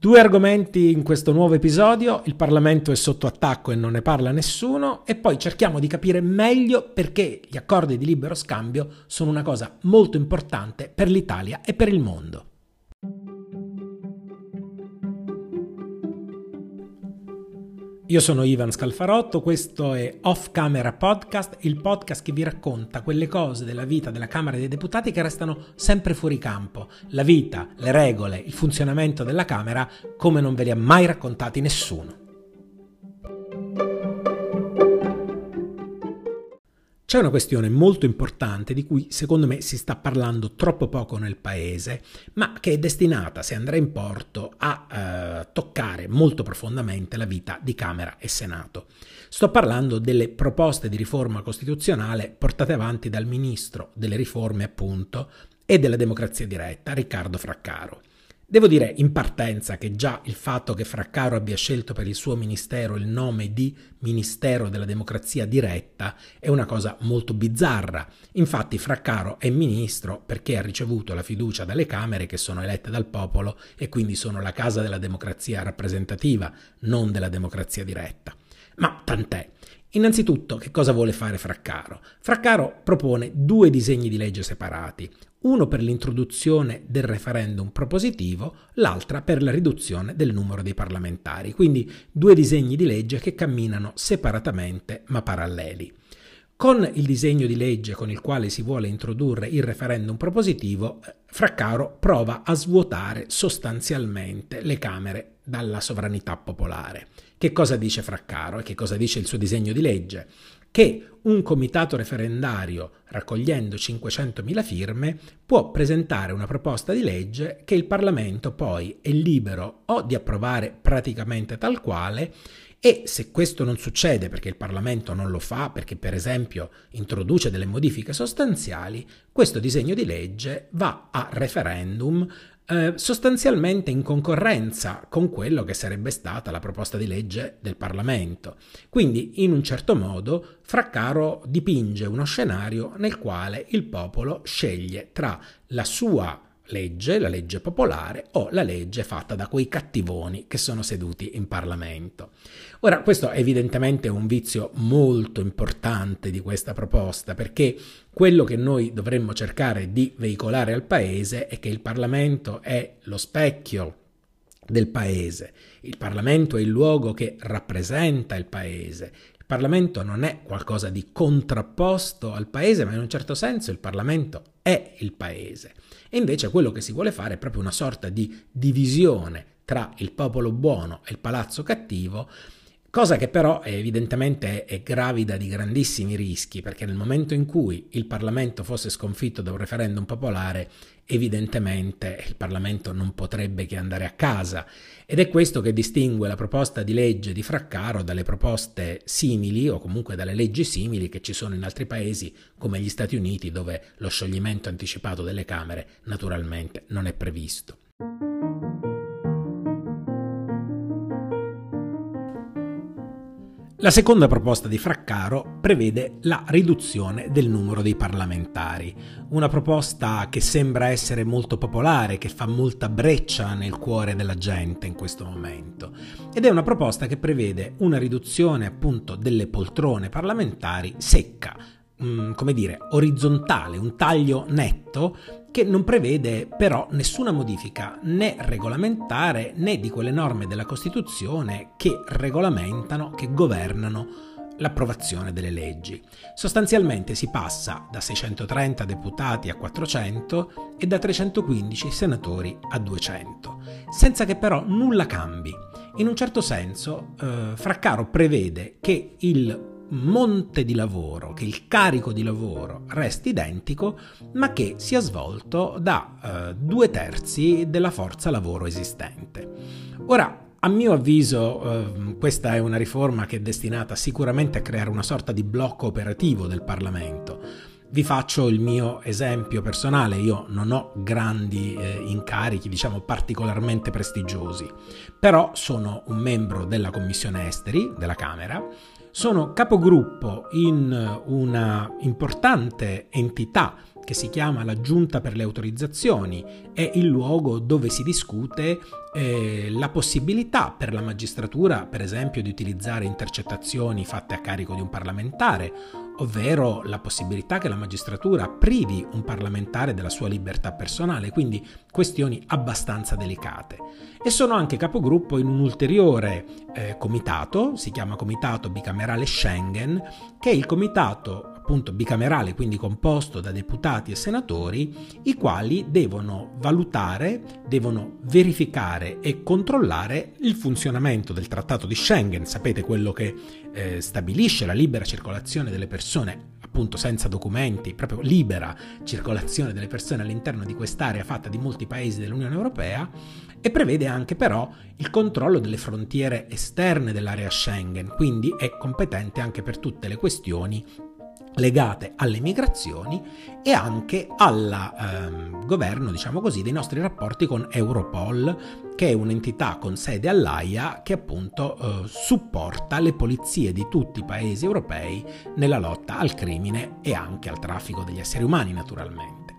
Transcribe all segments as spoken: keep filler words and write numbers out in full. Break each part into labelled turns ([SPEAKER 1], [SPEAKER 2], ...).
[SPEAKER 1] Due argomenti in questo nuovo episodio: il Parlamento è sotto attacco e non ne parla nessuno, e poi cerchiamo di capire meglio perché gli accordi di libero scambio sono una cosa molto importante per l'Italia e per il mondo. Io sono Ivan Scalfarotto, questo è Off Camera Podcast, il podcast che vi racconta quelle cose della vita della Camera dei Deputati che restano sempre fuori campo. La vita, le regole, il funzionamento della Camera come non ve li ha mai raccontati nessuno. C'è una questione molto importante di cui secondo me si sta parlando troppo poco nel paese, ma che è destinata, se andrà in porto, a eh, toccare molto profondamente la vita di Camera e Senato. Sto parlando delle proposte di riforma costituzionale portate avanti dal ministro delle riforme, appunto, e della democrazia diretta, Riccardo Fraccaro. Devo dire in partenza che già il fatto che Fraccaro abbia scelto per il suo ministero il nome di Ministero della Democrazia Diretta è una cosa molto bizzarra. Infatti Fraccaro è ministro perché ha ricevuto la fiducia dalle Camere, che sono elette dal popolo e quindi sono la casa della democrazia rappresentativa, non della democrazia diretta. Ma tant'è. Innanzitutto, che cosa vuole fare Fraccaro? Fraccaro propone due disegni di legge separati, uno per l'introduzione del referendum propositivo, l'altra per la riduzione del numero dei parlamentari, quindi due disegni di legge che camminano separatamente ma paralleli. Con il disegno di legge con il quale si vuole introdurre il referendum propositivo, Fraccaro prova a svuotare sostanzialmente le Camere dalla sovranità popolare. Che cosa dice Fraccaro e che cosa dice il suo disegno di legge? Che un comitato referendario, raccogliendo cinquecentomila firme, può presentare una proposta di legge che il Parlamento poi è libero o di approvare praticamente tal quale, e se questo non succede perché il Parlamento non lo fa, perché per esempio introduce delle modifiche sostanziali, questo disegno di legge va a referendum eh, sostanzialmente in concorrenza con quello che sarebbe stata la proposta di legge del Parlamento. Quindi in un certo modo Fraccaro dipinge uno scenario nel quale il popolo sceglie tra la sua legge, la legge popolare, o la legge fatta da quei cattivoni che sono seduti in Parlamento. Ora, questo è evidentemente un vizio molto importante di questa proposta, perché quello che noi dovremmo cercare di veicolare al Paese è che il Parlamento è lo specchio del Paese, il Parlamento è il luogo che rappresenta il Paese. Il Parlamento non è qualcosa di contrapposto al Paese, ma in un certo senso il Parlamento è il Paese. E invece quello che si vuole fare è proprio una sorta di divisione tra il popolo buono e il palazzo cattivo, cosa che però è evidentemente è gravida di grandissimi rischi, perché nel momento in cui il Parlamento fosse sconfitto da un referendum popolare, evidentemente il Parlamento non potrebbe che andare a casa, ed è questo che distingue la proposta di legge di Fraccaro dalle proposte simili o comunque dalle leggi simili che ci sono in altri paesi come gli Stati Uniti, dove lo scioglimento anticipato delle Camere naturalmente non è previsto. La seconda proposta di Fraccaro prevede la riduzione del numero dei parlamentari, una proposta che sembra essere molto popolare, che fa molta breccia nel cuore della gente in questo momento, ed è una proposta che prevede una riduzione appunto delle poltrone parlamentari secca, mh, come dire, orizzontale, un taglio netto che non prevede però nessuna modifica né regolamentare né di quelle norme della Costituzione che regolamentano, che governano l'approvazione delle leggi. Sostanzialmente si passa da seicentotrenta deputati a quattrocento e da trecentoquindici senatori a duecento, senza che però nulla cambi. In un certo senso, eh, Fraccaro prevede che il monte di lavoro, che il carico di lavoro resti identico, ma che sia svolto da eh, due terzi della forza lavoro esistente. Ora, a mio avviso, eh, questa è una riforma che è destinata sicuramente a creare una sorta di blocco operativo del Parlamento. Vi faccio il mio esempio personale: io non ho grandi eh, incarichi, diciamo particolarmente prestigiosi, però sono un membro della Commissione Esteri della Camera, sono capogruppo in una importante entità che si chiama la Giunta per le autorizzazioni, è il luogo dove si discute eh, la possibilità per la magistratura, per esempio, di utilizzare intercettazioni fatte a carico di un parlamentare, ovvero la possibilità che la magistratura privi un parlamentare della sua libertà personale, quindi questioni abbastanza delicate. E sono anche capogruppo in un ulteriore eh, comitato, si chiama Comitato Bicamerale Schengen, che è il comitato appunto bicamerale, quindi composto da deputati e senatori, i quali devono valutare, devono verificare e controllare il funzionamento del Trattato di Schengen. Sapete, quello che eh, stabilisce la libera circolazione delle persone, appunto senza documenti, proprio libera circolazione delle persone all'interno di quest'area fatta di molti paesi dell'Unione Europea, e prevede anche però il controllo delle frontiere esterne dell'area Schengen, quindi è competente anche per tutte le questioni legate alle migrazioni e anche al ehm, governo, diciamo così, dei nostri rapporti con Europol, che è un'entità con sede all'Aia che appunto eh, supporta le polizie di tutti i paesi europei nella lotta al crimine e anche al traffico degli esseri umani, naturalmente.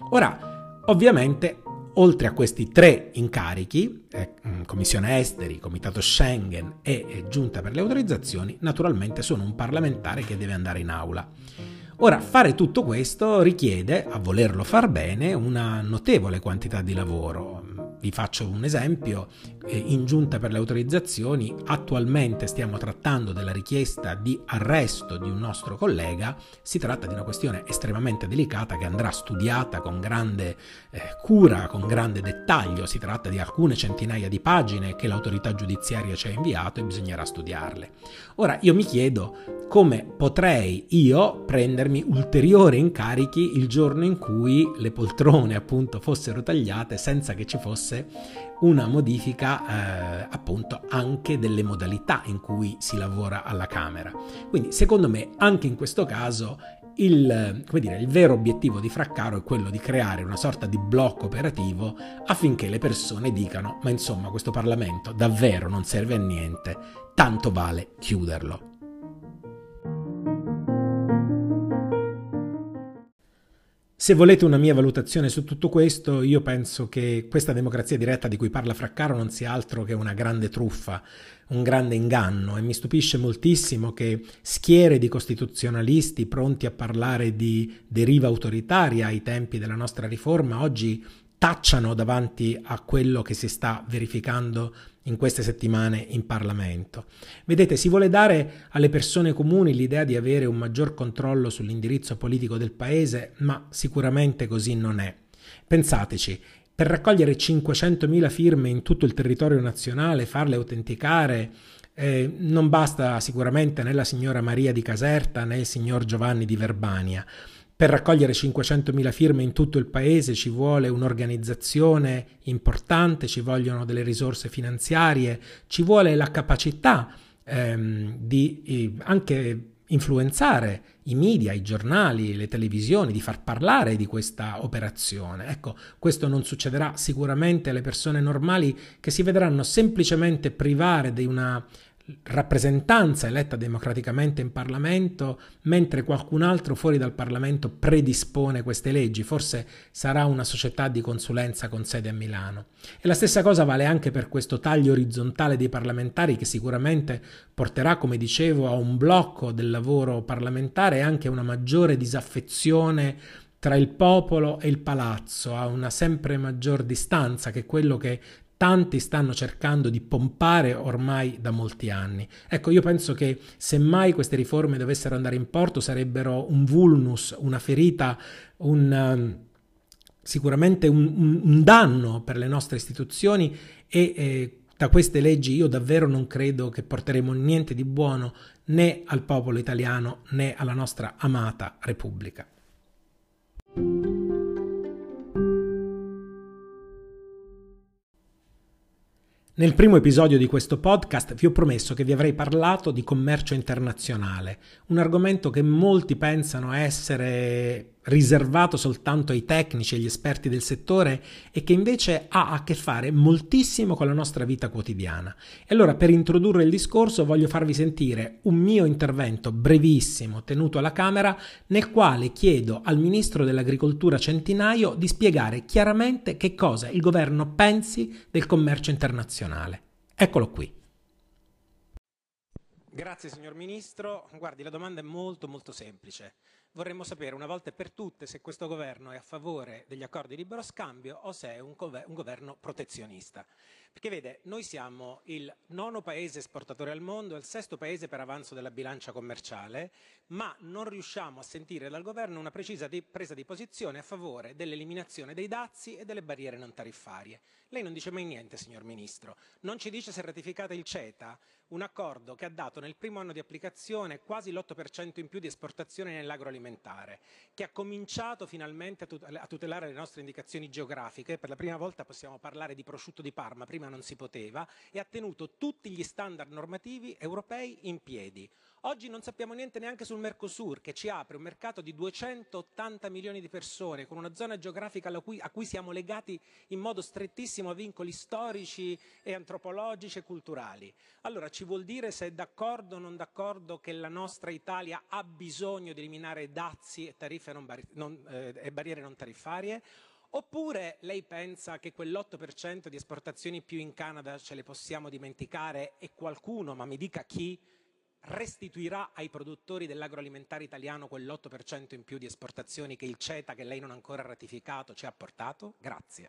[SPEAKER 1] Ora, ovviamente, oltre a questi tre incarichi, eh, Commissione Esteri, Comitato Schengen e eh, Giunta per le autorizzazioni, naturalmente sono un parlamentare che deve andare in aula. Ora, fare tutto questo richiede, a volerlo far bene, una notevole quantità di lavoro. Vi faccio un esempio: in Giunta per le autorizzazioni attualmente stiamo trattando della richiesta di arresto di un nostro collega. Si tratta di una questione estremamente delicata che andrà studiata con grande eh, cura, con grande dettaglio. Si tratta di alcune centinaia di pagine che l'autorità giudiziaria ci ha inviato e bisognerà studiarle. Ora, io mi chiedo come potrei io prendermi ulteriori incarichi il giorno in cui le poltrone appunto fossero tagliate senza che ci fosse una modifica eh, appunto anche delle modalità in cui si lavora alla Camera. Quindi secondo me anche in questo caso il, come dire, il vero obiettivo di Fraccaro è quello di creare una sorta di blocco operativo affinché le persone dicano: ma insomma, questo Parlamento davvero non serve a niente, tanto vale chiuderlo. Se volete una mia valutazione su tutto questo, io penso che questa democrazia diretta di cui parla Fraccaro non sia altro che una grande truffa, un grande inganno, e mi stupisce moltissimo che schiere di costituzionalisti pronti a parlare di deriva autoritaria ai tempi della nostra riforma oggi tacciano davanti a quello che si sta verificando in queste settimane in Parlamento. Vedete, si vuole dare alle persone comuni l'idea di avere un maggior controllo sull'indirizzo politico del paese, ma sicuramente così non è. Pensateci, per raccogliere cinquecentomila firme in tutto il territorio nazionale, farle autenticare, eh, non basta sicuramente né la signora Maria di Caserta né il signor Giovanni di Verbania. Per raccogliere cinquecentomila firme in tutto il paese ci vuole un'organizzazione importante, ci vogliono delle risorse finanziarie, ci vuole la capacità ehm, di eh, anche influenzare i media, i giornali, le televisioni, di far parlare di questa operazione. Ecco, questo non succederà sicuramente alle persone normali, che si vedranno semplicemente privare di una rappresentanza eletta democraticamente in Parlamento, mentre qualcun altro fuori dal Parlamento predispone queste leggi. Forse sarà una società di consulenza con sede a Milano. E la stessa cosa vale anche per questo taglio orizzontale dei parlamentari, che sicuramente porterà, come dicevo, a un blocco del lavoro parlamentare e anche a una maggiore disaffezione tra il popolo e il palazzo, a una sempre maggior distanza, che è quello che tanti stanno cercando di pompare ormai da molti anni. Ecco, io penso che se mai queste riforme dovessero andare in porto sarebbero un vulnus, una ferita, un, sicuramente un, un, un danno per le nostre istituzioni, e eh, da queste leggi io davvero non credo che porteremo niente di buono né al popolo italiano né alla nostra amata Repubblica. Nel primo episodio di questo podcast vi ho promesso che vi avrei parlato di commercio internazionale, un argomento che molti pensano essere riservato soltanto ai tecnici e agli esperti del settore e che invece ha a che fare moltissimo con la nostra vita quotidiana. E allora, per introdurre il discorso, voglio farvi sentire un mio intervento brevissimo tenuto alla Camera, nel quale chiedo al Ministro dell'Agricoltura Centinaio di spiegare chiaramente che cosa il governo pensi del commercio internazionale. Eccolo qui. Grazie signor Ministro. Guardi, la domanda è molto molto semplice. Vorremmo sapere una volta per tutte se questo governo è a favore degli accordi di libero scambio o se è un, un governo protezionista. Perché vede, noi siamo il nono paese esportatore al mondo, il sesto paese per avanzo della bilancia commerciale, ma non riusciamo a sentire dal governo una precisa di presa di posizione a favore dell'eliminazione dei dazi e delle barriere non tariffarie. Lei non dice mai niente, signor Ministro. Non ci dice se ratificate il CETA, un accordo che ha dato nel primo anno di applicazione quasi l'otto per cento in più di esportazioni nell'agroalimentare, che ha cominciato finalmente a tutelare le nostre indicazioni geografiche. Per la prima volta possiamo parlare di prosciutto di Parma, prima non si poteva, e ha tenuto tutti gli standard normativi europei in piedi. Oggi non sappiamo niente neanche sul Mercosur, che ci apre un mercato di duecentottanta milioni di persone, con una zona geografica a cui, a cui siamo legati in modo strettissimo a vincoli storici e antropologici e culturali. Allora, ci vuol dire se è d'accordo o non d'accordo che la nostra Italia ha bisogno di eliminare dazi e, tariffe non bar non, eh, e barriere non tariffarie? Oppure lei pensa che quell'otto per cento di esportazioni più in Canada ce le possiamo dimenticare e qualcuno, ma mi dica chi, restituirà ai produttori dell'agroalimentare italiano quell'otto per cento in più di esportazioni che il CETA, che lei non ha ancora ratificato, ci ha portato? Grazie.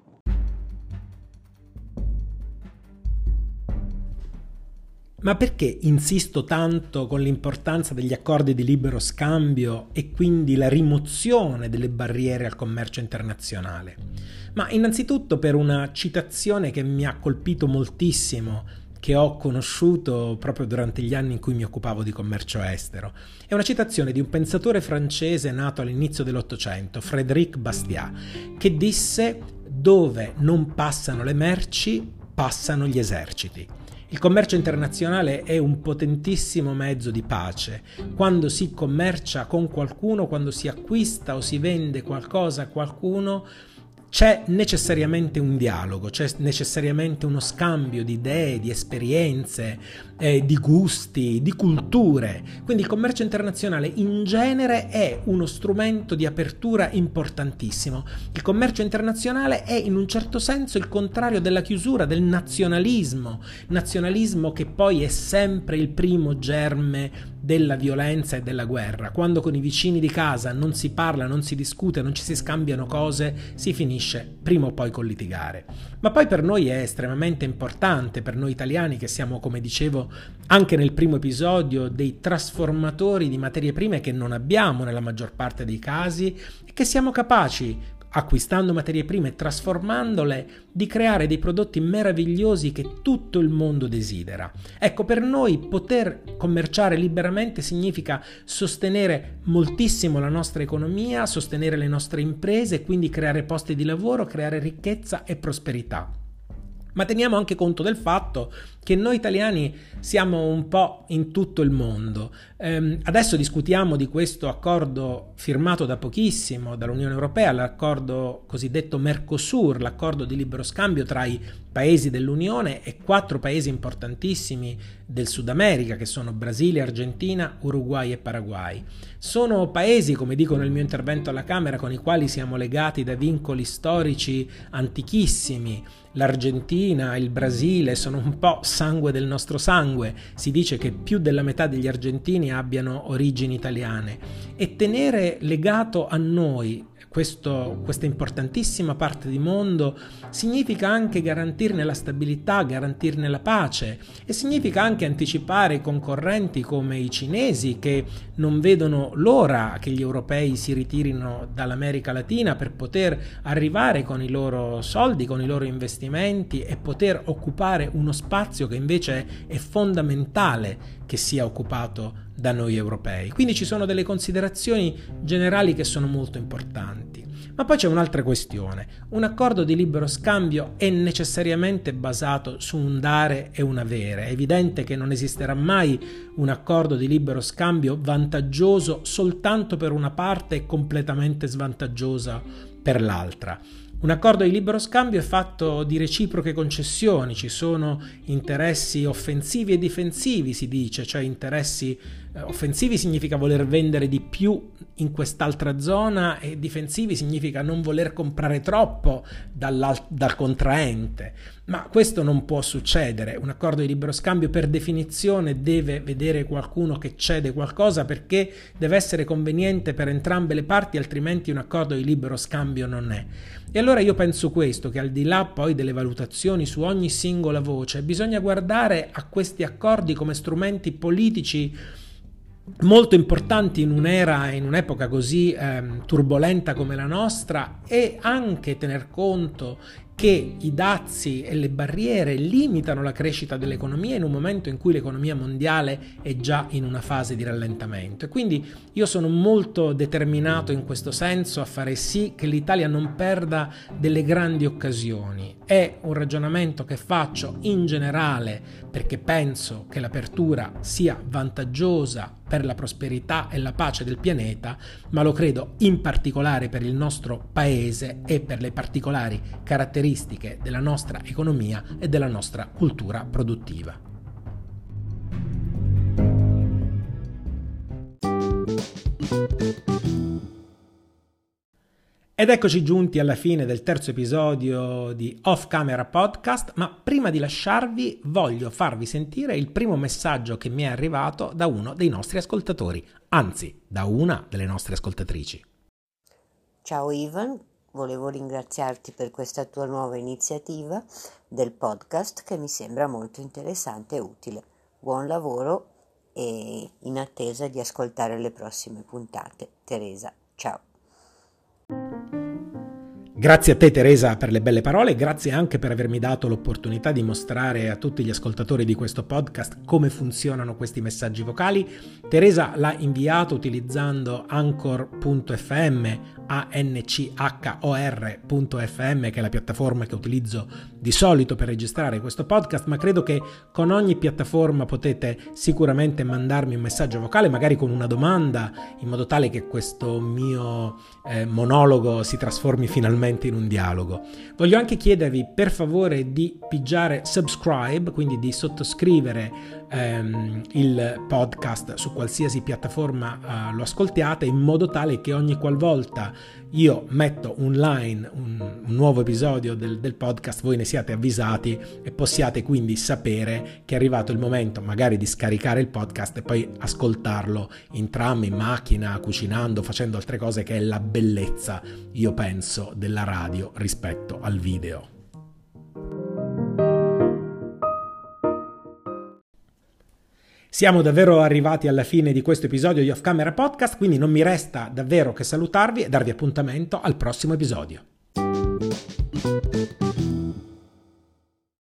[SPEAKER 1] Ma perché insisto tanto con l'importanza degli accordi di libero scambio e quindi la rimozione delle barriere al commercio internazionale? Ma innanzitutto per una citazione che mi ha colpito moltissimo, che ho conosciuto proprio durante gli anni in cui mi occupavo di commercio estero. È una citazione di un pensatore francese nato all'inizio dell'Ottocento, Frédéric Bastiat, che disse: dove non passano le merci, passano gli eserciti. Il commercio internazionale è un potentissimo mezzo di pace. Quando si commercia con qualcuno, quando si acquista o si vende qualcosa a qualcuno, c'è necessariamente un dialogo, c'è necessariamente uno scambio di idee, di esperienze, eh, di gusti, di culture. Quindi il commercio internazionale in genere è uno strumento di apertura importantissimo. Il commercio internazionale è in un certo senso il contrario della chiusura, del nazionalismo, nazionalismo che poi è sempre il primo germe della violenza e della guerra. Quando con i vicini di casa non si parla, non si discute, non ci si scambiano cose, si finisce prima o poi col litigare. Ma poi per noi è estremamente importante, per noi italiani che siamo, come dicevo anche nel primo episodio, dei trasformatori di materie prime che non abbiamo nella maggior parte dei casi e che siamo capaci, acquistando materie prime e trasformandole, di creare dei prodotti meravigliosi che tutto il mondo desidera. Ecco, per noi poter commerciare liberamente significa sostenere moltissimo la nostra economia, sostenere le nostre imprese e quindi creare posti di lavoro, creare ricchezza e prosperità. Ma teniamo anche conto del fatto che noi italiani siamo un po' in tutto il mondo. Ehm, adesso discutiamo di questo accordo firmato da pochissimo dall'Unione Europea, l'accordo cosiddetto Mercosur, l'accordo di libero scambio tra i paesi dell'Unione e quattro paesi importantissimi del Sud America, che sono Brasile, Argentina, Uruguay e Paraguay. Sono paesi, come dico nel mio intervento alla Camera, con i quali siamo legati da vincoli storici antichissimi. L'Argentina, il Brasile sono un po' sangue del nostro sangue. Si dice che più della metà degli argentini abbiano origini italiane, e tenere legato a noi Questo, questa importantissima parte di mondo significa anche garantirne la stabilità, garantirne la pace, e significa anche anticipare i concorrenti come i cinesi, che non vedono l'ora che gli europei si ritirino dall'America Latina per poter arrivare con i loro soldi, con i loro investimenti e poter occupare uno spazio che invece è fondamentale che sia occupato da noi europei. Quindi ci sono delle considerazioni generali che sono molto importanti. Ma poi c'è un'altra questione. Un accordo di libero scambio è necessariamente basato su un dare e un avere. È evidente che non esisterà mai un accordo di libero scambio vantaggioso soltanto per una parte e completamente svantaggiosa per l'altra. Un accordo di libero scambio è fatto di reciproche concessioni, ci sono interessi offensivi e difensivi, si dice, cioè interessi eh, offensivi significa voler vendere di più in quest'altra zona e difensivi significa non voler comprare troppo dal contraente, ma questo non può succedere. Un accordo di libero scambio per definizione deve vedere qualcuno che cede qualcosa perché deve essere conveniente per entrambe le parti, altrimenti un accordo di libero scambio non è. E allora io penso questo, che al di là poi delle valutazioni su ogni singola voce, bisogna guardare a questi accordi come strumenti politici molto importanti in un'era, in un'epoca così ehm, turbolenta come la nostra, e anche tener conto che i dazi e le barriere limitano la crescita dell'economia in un momento in cui l'economia mondiale è già in una fase di rallentamento. E quindi io sono molto determinato in questo senso a fare sì che l'Italia non perda delle grandi occasioni. È un ragionamento che faccio in generale perché penso che l'apertura sia vantaggiosa per la prosperità e la pace del pianeta, ma lo credo in particolare per il nostro paese e per le particolari caratteristiche della nostra economia e della nostra cultura produttiva. Ed eccoci giunti alla fine del terzo episodio di Off Camera Podcast, ma prima di lasciarvi voglio farvi sentire il primo messaggio che mi è arrivato da uno dei nostri ascoltatori, anzi da una delle nostre ascoltatrici.
[SPEAKER 2] Ciao Ivan, volevo ringraziarti per questa tua nuova iniziativa del podcast che mi sembra molto interessante e utile. Buon lavoro e in attesa di ascoltare le prossime puntate. Teresa, ciao.
[SPEAKER 1] Grazie a te Teresa per le belle parole, grazie anche per avermi dato l'opportunità di mostrare a tutti gli ascoltatori di questo podcast come funzionano questi messaggi vocali. Teresa l'ha inviato utilizzando anchor punto effe emme, A N C H O R punto effe emme, che è la piattaforma che utilizzo di solito per registrare questo podcast, ma credo che con ogni piattaforma potete sicuramente mandarmi un messaggio vocale, magari con una domanda, in modo tale che questo mio eh, monologo si trasformi finalmente in un dialogo. Voglio anche chiedervi per favore di pigiare subscribe, quindi di sottoscrivere ehm, il podcast su qualsiasi piattaforma eh, lo ascoltiate, in modo tale che ogni qualvolta io metto online un, un nuovo episodio del, del podcast voi ne siate avvisati e possiate quindi sapere che è arrivato il momento magari di scaricare il podcast e poi ascoltarlo in tram, in macchina, cucinando, facendo altre cose, che è la bellezza, io penso, della radio rispetto al video. Siamo davvero arrivati alla fine di questo episodio di Off Camera Podcast, quindi non mi resta davvero che salutarvi e darvi appuntamento al prossimo episodio.